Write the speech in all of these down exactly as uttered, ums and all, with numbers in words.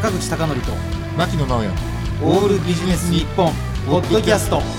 坂口孝則と牧野直哉オールビジネス日本ポッドキャスト。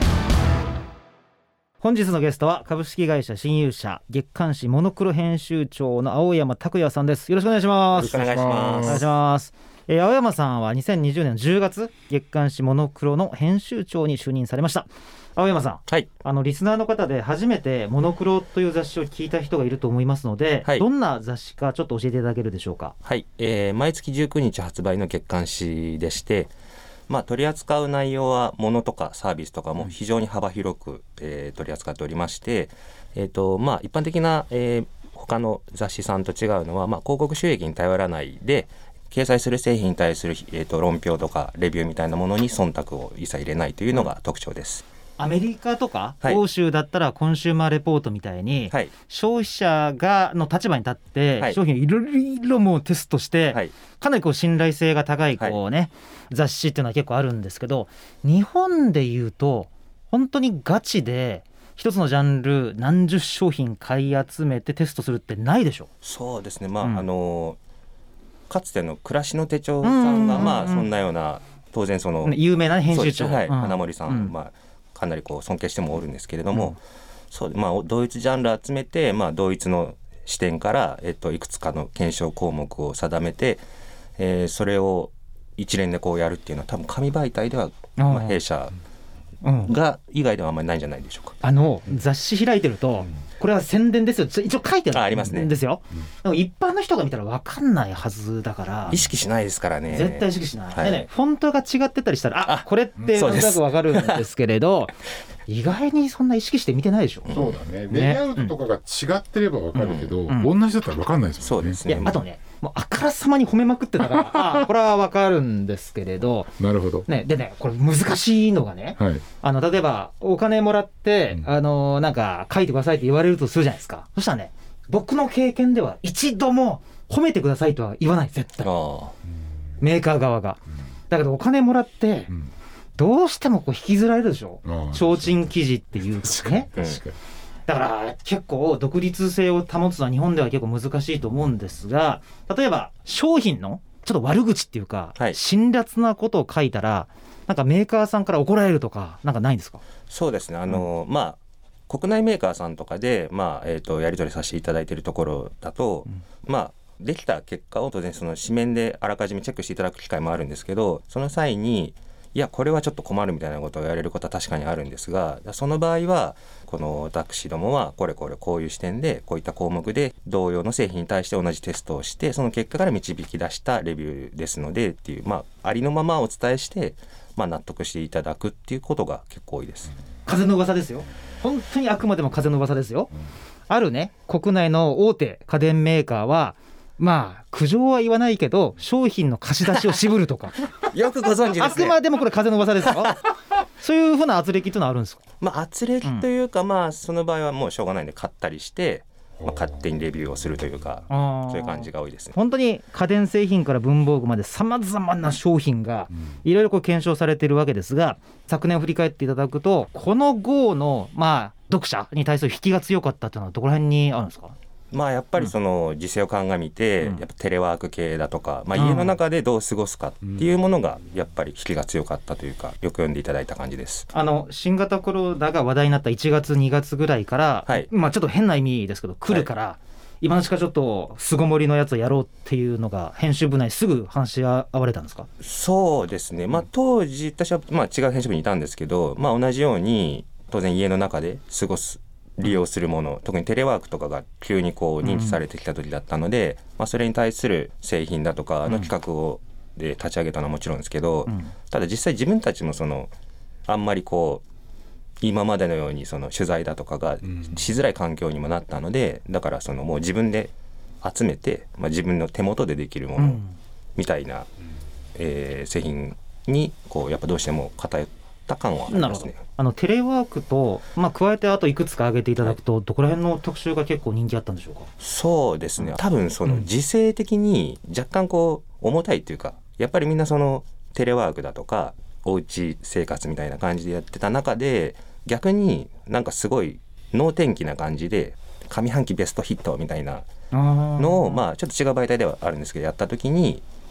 本日のゲストは株式会社新勇者月刊誌モノクロ編集長の青山拓也さんです。よろしくお願いします。 よろしくお願いします。 お願いします。えー、青山さんはにせんにじゅうねんじゅうがつ月刊誌モノクロの編集長に就任されました。青山さん、 はい、 あのリスナーの方で初めてモノクロという雑誌を聞いた人がいると思いますので、はい、どんな雑誌かちょっと教えていただけるでしょうか。 はい、えー、毎月じゅうくにち発売の月刊誌でして、まあ、取り扱う内容は物とかサービスとかも非常に幅広く、えー、取り扱っておりまして、えーとまあ、一般的な、えー、他の雑誌さんと違うのは、まあ、広告収益に頼らないで掲載する製品に対する、えーと論評とかレビューみたいなものに忖度を一切入れないというのが特徴です。 アメリカとかはい、 欧州だったらコンシューマーレポートみたいに、はい、消費者がの立場に立って、はい、商品をいろいろもうテストして、はい、かなりこう信頼性が高いこう、ねはい、雑誌っていうのは結構あるんですけど、日本でいうと本当にガチで一つのジャンル何十商品買い集めてテストするってないでしょ。 そうですね、まあうん、あのかつての暮らしの手帳さんが、まあ、そんなような当然その有名な編集長、 はい、 うん、 花森さん、うん、まあかなりこう尊敬してもおるんですけれども、うん、そうまあ、同一ジャンル集めて、まあ、同一の視点から、えっと、いくつかの検証項目を定めて、えー、それを一連でこうやるっていうのは多分紙媒体では、まあ、弊社が以外ではあんまりないんじゃないでしょうか。 あの雑誌開いてると、これは宣伝ですよ一応書いてあるんですよ。でも一般の人が見たら分かんないはずだから意識しないですからね。 絶対意識しない、 はい、 でね、フォントが違ってたりしたら あ, あこれってなんとなく分かるんですけれど意外にそんな意識して見てないでしょ。 そうだね、レイアウトとかが違ってれば分かるけど、うんうん、同じだったら分かんないですもんね。 そうですね。 いやあとねもうあからさまに褒めまくってたからあこれは分かるんですけれどなるほど、 ね、でねこれ難しいのがね、はい、あの例えばお金もらって、うん、あのなんか書いてくださいって言われるとするじゃないですか。そしたらね僕の経験では一度も褒めてくださいとは言わない絶対メーカー側が。だけどお金もらって、うん、どうしてもこう引きずられるでしょ。提灯記事っていうかね。 確かに。 だから結構独立性を保つのは日本では結構難しいと思うんですが、例えば商品のちょっと悪口っていうか、はい、辛辣なことを書いたらなんかメーカーさんから怒られるとかなんかないんですか。 そうですね、あの、うん、まあ国内メーカーさんとかで、まあえー、とやり取りさせていただいているところだと、うん、まあできた結果を当然その紙面であらかじめチェックしていただく機会もあるんですけど、その際にいやこれはちょっと困るみたいなことを言われることは確かにあるんですが、その場合はこの私どもはこれこれこういう視点でこういった項目で同様の製品に対して同じテストをしてその結果から導き出したレビューですのでっていう、まあ、ありのままお伝えして、まあ、納得していただくっていうことが結構多いです。 風の噂ですよ。本当にあくまでも風の噂ですよ。あるね国内の大手家電メーカーはまあ苦情は言わないけど商品の貸し出しを渋るとかよくご存知ですね。 あくまでもこれ風の噂ですよそういうふうな圧力というのはあるんですか。 まあ圧力というか、うん、まあその場合はもうしょうがないんで買ったりして、まあ、勝手にレビューをするというかそういう感じが多いですね。 本当に家電製品から文房具までさまざまな商品がいろいろこう検証されているわけですが、昨年振り返っていただくとこの ゴー のまあ読者に対する引きが強かったというのはどこら辺にあるんですか。 まあ、やっぱりその時勢を鑑みて、うん、やっぱテレワーク系だとか、まあ、家の中でどう過ごすかっていうものがやっぱり引きが強かったというか、よく読んでいただいた感じです。 あの新型コロナが話題になったいちがつにがつぐらいから、はい、まあ、ちょっと変な意味ですけど来るから、はい、今のしかちょっと巣ごもりのやつをやろうっていうのが編集部内すぐ話し合われたんですか。 そうですね、まあ、当時私はまあ違う編集部にいたんですけど、まあ、同じように当然家の中で過ごす利用するもの、特にテレワークとかが急にこう認知されてきた時だったので、うん、まあ、それに対する製品だとかの企画をで立ち上げたのはもちろんですけど、うん、ただ実際自分たちもそのあんまりこう今までのようにその取材だとかがしづらい環境にもなったので、だからそのもう自分で集めて、まあ、自分の手元でできるものみたいな、うん、えー、製品にこうやっぱどうしても偏った感はありますね。 あのテレワークと、まあ、加えてあといくつか挙げていただくと、はい、どこら辺の特集が結構人気あったんでしょうか。 そうですね、多分その時勢的に若干こう重たいというか、やっぱりみんなそのテレワークだとかおうち生活みたいな感じでやってた中で、逆になんかすごい能天気な感じで上半期ベストヒットみたいなのを、まあちょっと違う媒体ではあるんですけどやった時に、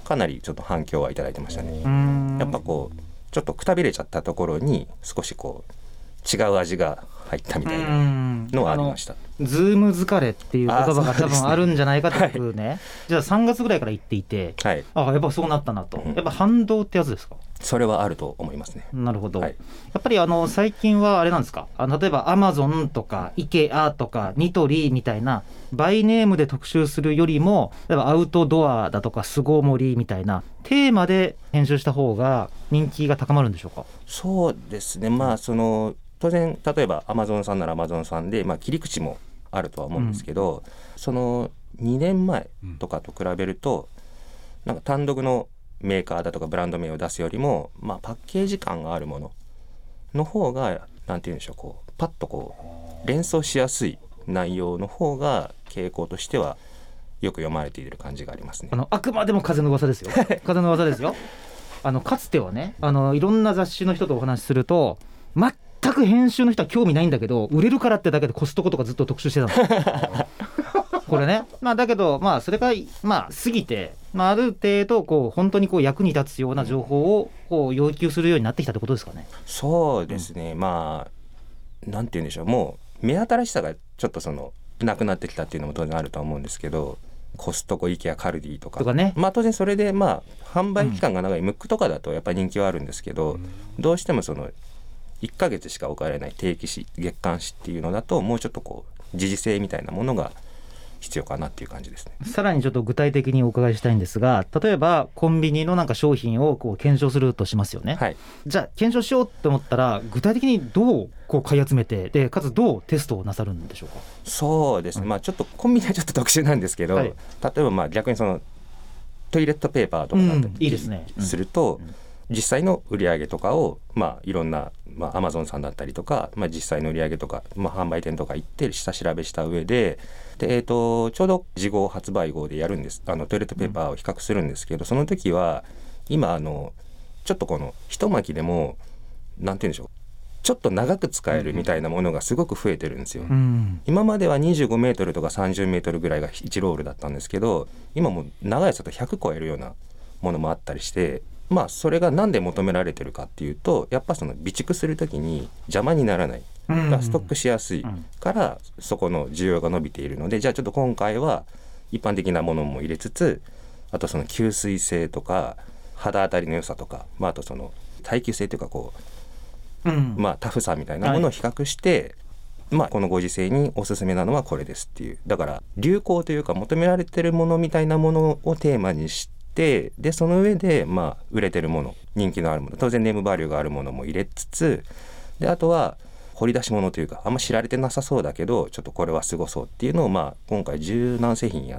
かなりちょっと反響はいただいてましたね。やっぱこうちょっとくたびれちゃったところに少しこう違う味が入ったみたいなのはありました。 ズーム疲れっていう言葉が多分あるんじゃないかというね、はい、じゃあさんがつぐらいから言っていて、はい、あやっぱそうなったなと、うん、やっぱ反動ってやつですか？ それはあると思いますね。 なるほど、はい、やっぱりあの最近はあれなんですか、あの例えばアマゾンとかイケアとかニトリみたいなバイネームで特集するよりも、例えばアウトドアだとか巣ごもりみたいなテーマで編集した方が人気が高まるんでしょうか？ そうですね、まあその当然例えばアマゾンさんならアマゾンさんで、まあ、切り口もあるとは思うんですけど、うん、そのにねんまえとかと比べると、うん、なんか単独のメーカーだとかブランド名を出すよりも、まあ、パッケージ感があるものの方がなんていうんでしょう、こうパッとこう連想しやすい内容の方が傾向としてはよく読まれている感じがありますね。 あのあくまでも風の噂ですよ風の噂ですよ。あのかつてはね、あのいろんな雑誌の人とお話しすると全く編集の人は興味ないんだけど売れるからってだけでコストコとかずっと特集してたのこれね、まあ、だけど、まあ、それが、まあ、過ぎて、まあ、ある程度こう本当にこう役に立つような情報をこう要求するようになってきたってことですかね。 そうですね、うん、まあなんて言うんでしょう、もう目新しさがちょっとそのなくなってきたっていうのも当然あるとは思うんですけど、コストコ、イケア、カルディとか、とかね、まあ、当然それでまあ販売期間が長いムックとかだとやっぱり人気はあるんですけど、うん、どうしてもそのいっかげつしか置かれない定期誌、月刊誌っていうのだともうちょっとこう時事性みたいなものが必要かなっていう感じですね。 さらにちょっと具体的にお伺いしたいんですが、例えばコンビニのなんか商品をこう検証するとしますよね、はい、じゃあ検証しようと思ったら具体的にどうこう買い集めて、でかつどうテストをなさるんでしょうか？ そうですね、うん、まあちょっとコンビニはちょっと特殊なんですけど、はい、例えばまあ逆にそのトイレットペーパーとかだったりすると、うんいいですね、うん実際の売り上げとかを、まあ、いろんな、まあ、アマゾンさんだったりとか、まあ、実際の売り上げとか、まあ、販売店とか行って下調べした上で、で、えーと、ちょうど次号発売号でやるんです。あのトイレットペーパーを比較するんですけど、その時は今あのちょっとこの一巻きでもなんて言うんでしょう、ちょっと長く使えるみたいなものがすごく増えてるんですよ、うん、今まではにじゅうごメートルとかさんじゅうメートルぐらいがいちロールだったんですけど、今も長いやつだとひゃく超えるようなものもあったりして、まあそれがなんで求められてるかっていうと、やっぱその備蓄するときに邪魔にならない、がストックしやすいからそこの需要が伸びているので、じゃあちょっと今回は一般的なものも入れつつ、あとその吸水性とか肌当たりの良さとか、まあ、あとその耐久性というかこう、うんまあ、タフさみたいなものを比較して、はいまあ、このご時世におすすめなのはこれですっていう、だから流行というか求められてるものみたいなものをテーマにしてで, でその上で、まあ、売れてるもの、人気のあるもの、当然ネームバリューがあるものも入れつつ、であとは掘り出し物というかあんま知られてなさそうだけどちょっとこれはすごそうっていうのを、まあ、今回十何製品やって、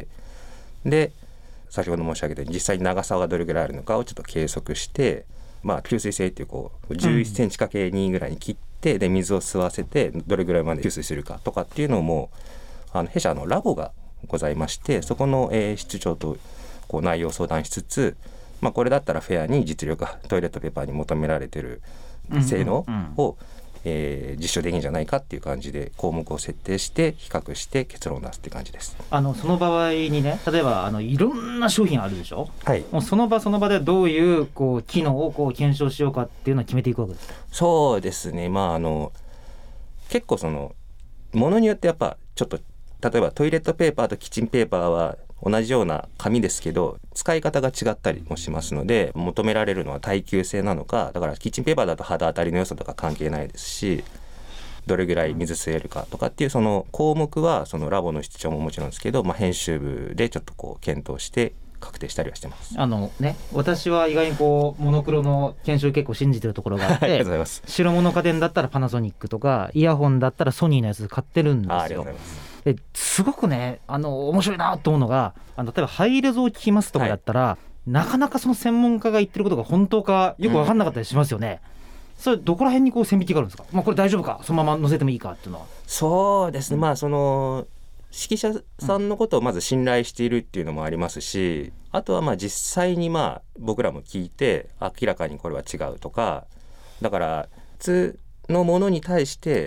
で先ほど申し上げたように実際に長さがどれぐらいあるのかをちょっと計測して、まあ、吸水性っていうこうじゅういっセンチかけるに ぐらいに切って、うん、で水を吸わせてどれぐらいまで吸水するかとかっていうのもあの弊社のラボがございまして、そこの、えー、室長とこう内容を相談しつつ、まあ、これだったらフェアに実力がトイレットペーパーに求められてる性能を、うんうんうんえー、実証できるんじゃないかっていう感じで項目を設定して比較して結論を出すって感じです。 あのその場合にね、例えばあのいろんな商品あるでしょ、はい、もうその場その場でどういう、こう機能をこう検証しようかっていうのを決めていくわけですか？ そうですね、まああの結構そのものによってやっぱちょっと例えばトイレットペーパーとキッチンペーパーは同じような紙ですけど使い方が違ったりもしますので、求められるのは耐久性なのか、だからキッチンペーパーだと肌当たりの良さとか関係ないですし、どれぐらい水吸えるかとかっていうその項目はそのラボの室長ももちろんですけど、まあ、編集部でちょっとこう検討して確定したりはしてます。 あのね、私は意外にこうモノクロの研修結構信じてるところがあってありがとうございます。 白物家電だったらパナソニックとかイヤホンだったらソニーのやつ買ってるんですよ。あ、ありがとうございます。ですごくね、あの面白いなと思うのが、あの例えばハイレゾを聞きますとかだったら、はい、なかなかその専門家が言ってることが本当かよく分かんなかったりしますよね、うん、それどこら辺にこう線引きがあるんですか？まあ、これ大丈夫か、そのまま載せてもいいかっていうのは。 そうですね、まあその識者さんのことをまず信頼しているっていうのもありますし、あとはまあ実際にまあ僕らも聞いて明らかにこれは違うとか、だから普通のものに対して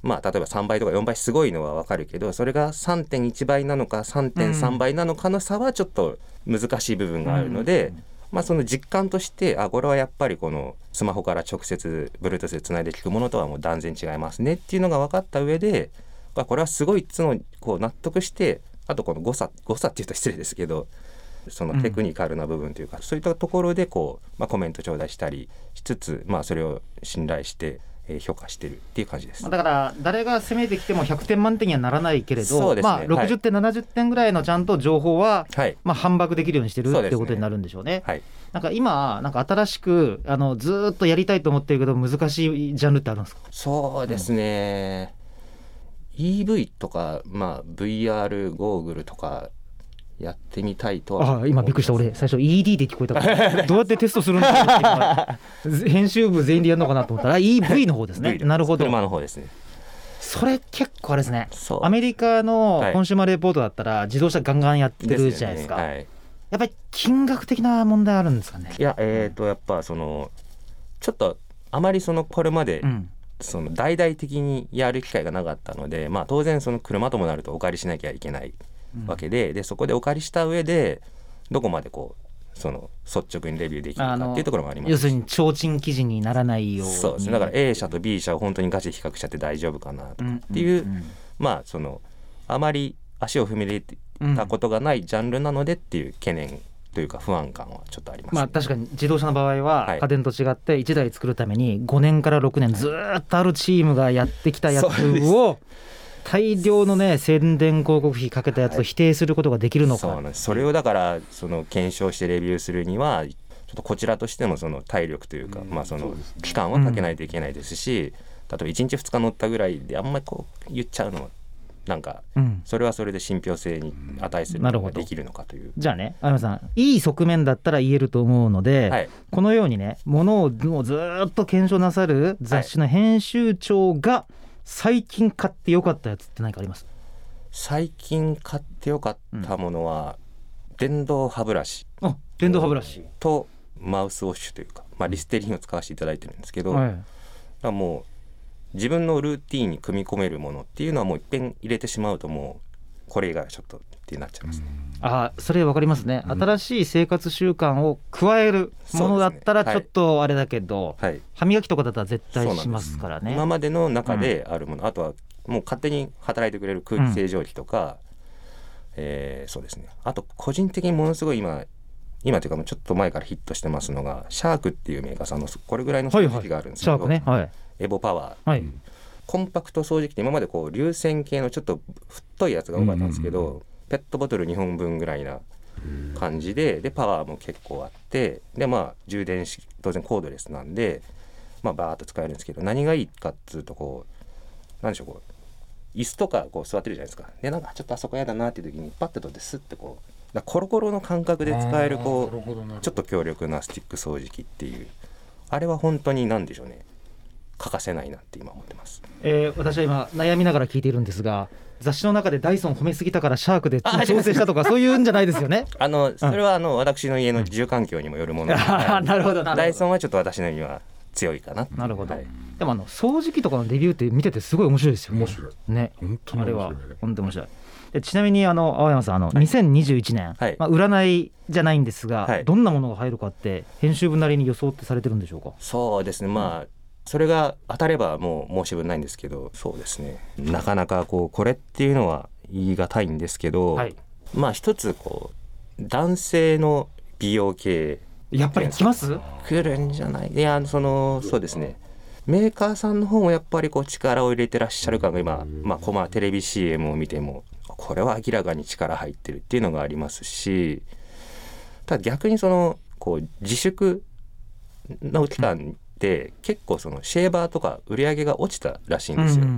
まあ例えばさんばいとかよんばいすごいのは分かるけど、それが さんてんいち 倍なのか さんてんさん 倍なのかの差はちょっと難しい部分があるので、うんまあ、その実感としてあこれはやっぱりこのスマホから直接 Bluetooth でつないで聞くものとはもう断然違いますねっていうのが分かった上で、まあ、これはすごいっつうのをこう納得して、あとこの誤差誤差っていうと失礼ですけど、そのテクニカルな部分というか、うん、そういったところでこう、まあ、コメント頂戴したりしつつ、まあ、それを信頼してえー、評価してるっていう感じです。 だから誰が攻めてきてもひゃくてん満点にはならないけれど、 そうですね、 まあ、ろくじゅってん、はい、ななじゅってんぐらいのちゃんと情報は、 はいまあ、反駁できるようにしてるっていうことになるんでしょうね。 はい、 なんか今なんか新しくあのずっとやりたいと思ってるけど難しいジャンルってあるんですか？ そうですね、うん、イーブイ とか、まあ、ブイアール ゴーグルとかやってみたいとは。 あ今びっくりした。俺最初 イーディー で聞こえたからどうやってテストするんだろうって編集部全員でやるのかなと思ったら イーブイ の方ですね。なるほど、 車の方ですね。 それ結構あれですね、アメリカのコンシューマーレポートだったら自動車ガンガンやってるじゃないですか。 ですよね、はい、 やっぱり金額的な問題あるんですかね？ いやえーとやっぱそのちょっとあまりそのこれまで、うんその大々的にやる機会がなかったので、まあ、当然その車ともなるとお借りしなきゃいけないわけで、うん、でそこでお借りした上でどこまでこうその率直にレビューできるかっていうところもあります。 要するに提灯記事にならないように。 そうですね。だから A 社と B 社を本当にガチで比較しちゃって大丈夫かなとかっていう、うんうんうん、まあそのあまり足を踏み入れたことがないジャンルなのでっていう懸念というか不安感はちょっとあります、ね。 まあ確かに自動車の場合は家電と違っていちだい作るためにごねんからろくねんずっとあるチームがやってきたやつを大量のね宣伝広告費かけたやつを否定することができるのか、 はい、そうなんです。それをだからその検証してレビューするにはちょっとこちらとしてもその体力というか、うんまあ、その期間はかけないといけないですし、うん、例えばいちにちふつか乗ったぐらいであんまりこう言っちゃうのはなんかそれはそれで信憑性に値することができるのかという、うん、 じゃあね、青山さんいい側面だったら言えると思うので、はい、このようにねものをもうずっと検証なさる雑誌の編集長が最近買ってよかったやつって何かあります？ 最近買ってよかったものは、うん、電動歯ブラシあ電動歯ブラシとマウスウォッシュというか、まあ、リステリンを使わせていただいてるんですけど、はい、だからもう自分のルーティーンに組み込めるものっていうのはもう一遍入れてしまうともうこれ以外はちょっとってなっちゃいますね。 あそれ分かりますね、うん、新しい生活習慣を加えるものだったらちょっとあれだけど、はい、歯磨きとかだったら絶対しますからね。 今までの中であるもの、うん、あとはもう勝手に働いてくれる空気清浄機とか、うんえー、そうですね。あと個人的にものすごい今今というかもうちょっと前からヒットしてますのがシャークっていうメーカーさんのこれぐらいの掃除機があるんですけど、はいはいシャークねはい、エボパワー、はい、コンパクト掃除機って今までこう流線形のちょっと太いやつが多かったんですけど、うんうんうん、ペットボトルにほんぶんぐらいな感じで、でパワーも結構あって、でまあ充電式当然コードレスなんで、まあ、バーッと使えるんですけど、何がいいかっていうとこうなんでしょうこう椅子とかこう座ってるじゃないですか。でなんかちょっとあそこやだなっていう時にパッと取ってスッてこうだコロコロの感覚で使えるこうちょっと強力なスティック掃除機っていうあれは本当に何でしょうね欠かせないなって今思ってます、 えー、私は今悩みながら聞いているんですが、雑誌の中でダイソン褒めすぎたからシャークで調整したとかそういうんじゃないですよね。 あのそれはあの私の家の住環境にもよるもので、 うん、なるほどなるほど。 ダイソンはちょっと私のには強いかな。 なるほど、はい、でもあの掃除機とかのレビューって見ててすごい面白いですよ。 面白いね。 本当に面白い。あれは本当に面白い。でちなみにあの青山さんあの、はい、にせんにじゅういちねん、はいまあ、占いじゃないんですが、はい、どんなものが入るかって編集部なりに予想ってされてるんでしょうか？ そうですね、まあ、うん、それが当たればもう申し分ないんですけど、そうですねなかなかこうこれっていうのは言い難いんですけど、はい、まあ一つこう男性の美容系やっぱり来ます来るんじゃない。いやそのそうですねメーカーさんの方もやっぱりこう力を入れてらっしゃる感が今、まあ、こまテレビ シーエム を見てもこれは明らかに力入ってるっていうのがありますし、ただ逆にそのこう自粛の期間で結構そのシェーバーとか売り上げが落ちたらしいんですよ、うん、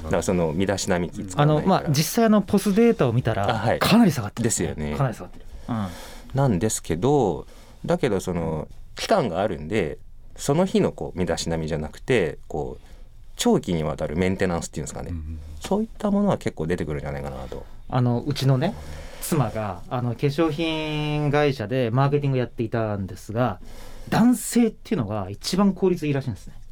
だからその身だしなみ機使わないから、あの、 まあ、実際のポスデータを見たらかなり下がってる、 ですよね。 かなり下がってる、うん、 なんですけどだけどその期間があるんでその日のこう身だしなみじゃなくてこう長期にわたるメンテナンスっていうんですかね、うん、そういったものは結構出てくるんじゃないかなと。 あのうちのね妻があの化粧品会社でマーケティングやっていたんですが、男性っていうのが一番効率いいらしいんですね。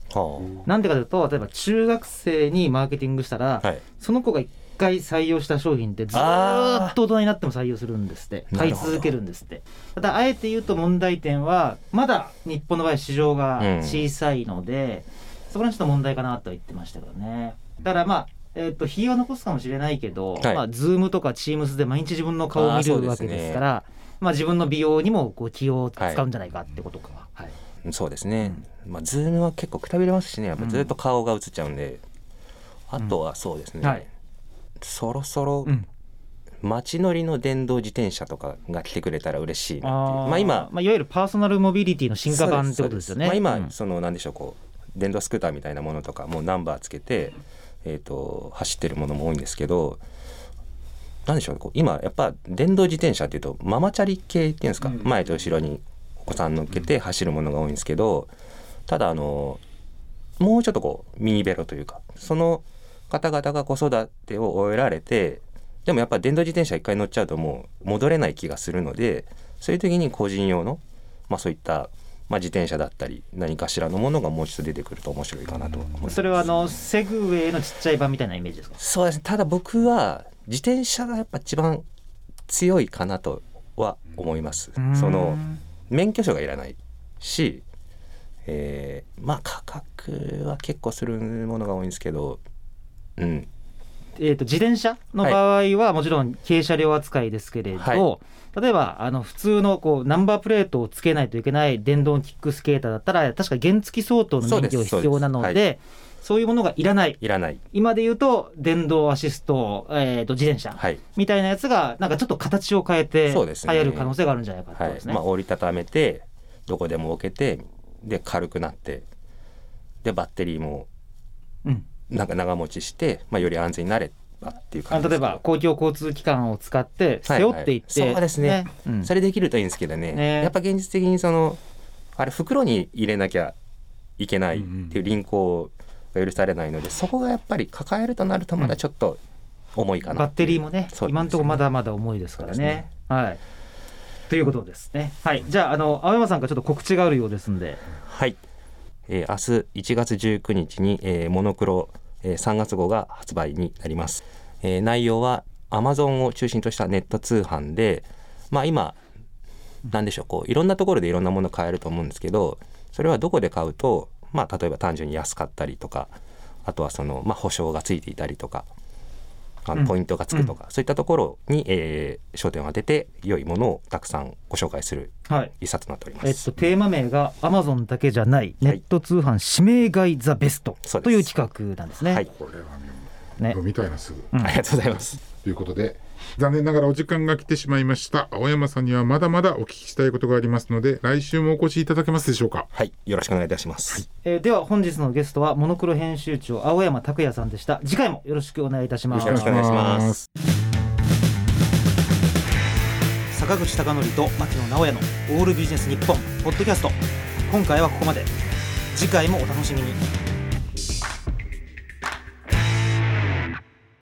はあ、なんでかというと例えば中学生にマーケティングしたら、はい、その子が一回採用した商品ってずーっと大人になっても採用するんですって、買い続けるんですって。ただあえて言うと問題点はまだ日本の場合市場が小さいので、うん、そこら辺ちょっと問題かなとは言ってましたけどね。だからまあえー、と費用は残すかもしれないけど、はい、まあ、Zoom とか Teams で毎日自分の顔を見るわけですから、まあ、自分の美容にもこう気を使うんじゃないかってことか、はいはい、そうですね、うん、まあ、Zoom は結構くたびれますしね、やっぱずっと顔が映っちゃうんで、うん、あとはそうですね、はい、そろそろ街乗りの電動自転車とかが来てくれたら嬉しいなっていう、あ、まあ、今、 まあ、いわゆるパーソナルモビリティの進化版ってことですよね。 まあ、今、うん、その何でしょう、こう電動スクーターみたいなものとかもうナンバーつけてえー、と走ってるものも多いんですけど、なんでしょう、こう今やっぱ電動自転車っていうとママチャリ系っていうんですか、うん、前と後ろにお子さん乗っけて走るものが多いんですけど、ただあのもうちょっとこうミニベロというか、その方々が子育てを終えられて、でもやっぱ電動自転車一回乗っちゃうともう戻れない気がするので、そういう時に個人用の、まあ、そういったまあ、自転車だったり何かしらのものがもう一度出てくると面白いかなと思います。 それはあのセグウェイのちっちゃい版みたいなイメージですか？ そうですね。ただ僕は自転車がやっぱ一番強いかなとは思います。その免許証がいらないし、えー、まあ価格は結構するものが多いんですけど、うん、 えーと、自転車の場合はもちろん軽車両扱いですけれど、はい、例えばあの普通のこうナンバープレートをつけないといけない電動キックスケーターだったら確か原付相当の免許が必要なの で, で、はい、そういうものがいらないいらない今で言うと電動アシスト、えー、と自転車、はい、みたいなやつがなんかちょっと形を変えて流行る可能性があるんじゃないかってことですね。 はい、まあ、折りたためてどこでも置けてで軽くなってでバッテリーもなんか長持ちして、まあ、より安全になれっていう感じです。 例えば公共交通機関を使って背負っていって、 はいはい、そうですね、ね、うん、それできるといいんですけど ね, ねやっぱ現実的にそのあれ袋に入れなきゃいけないっていう輪行が許されないので、そこがやっぱり抱えるとなるとまだちょっと重いかな、うん、 バッテリーも ね, ね今のところまだまだ重いですから ね, ね、はい、ということですね。はい、じゃあ、あの青山さんからちょっと告知があるようですんで。 はい、えー、明日いちがつじゅうくにちに、えー、モノクロ、えー、さんがつ号が発売になります。えー、内容は Amazon を中心としたネット通販で、まあ、今なんでしょう、こういろんなところでいろんなもの買えると思うんですけど、それはどこで買うと、まあ、例えば単純に安かったりとか、あとはその、まあ、保証がついていたりとか、あのポイントがつくとか、うん、そういったところに、えー、焦点を当てて良いものをたくさんご紹介する一冊となっております。 はい、えっと、テーマ名が Amazon だけじゃないネット通販指名買いザベストという企画なんですね。 はい、これはね飲みたいなすぐ、 うん、ありがとうございます。 ということで残念ながらお時間が来てしまいました。青山さんにはまだまだお聞きしたいことがありますので来週もお越しいただけますでしょうか？ はい、よろしくお願いいたします。はい、 えー、では本日のゲストはモノクロ編集長青山拓也さんでした。次回もよろしくお願いいたします。 よろしくお願いします。 坂口孝則と牧野直哉のオールビジネス日本ポッドキャスト、今回はここまで。次回もお楽しみに。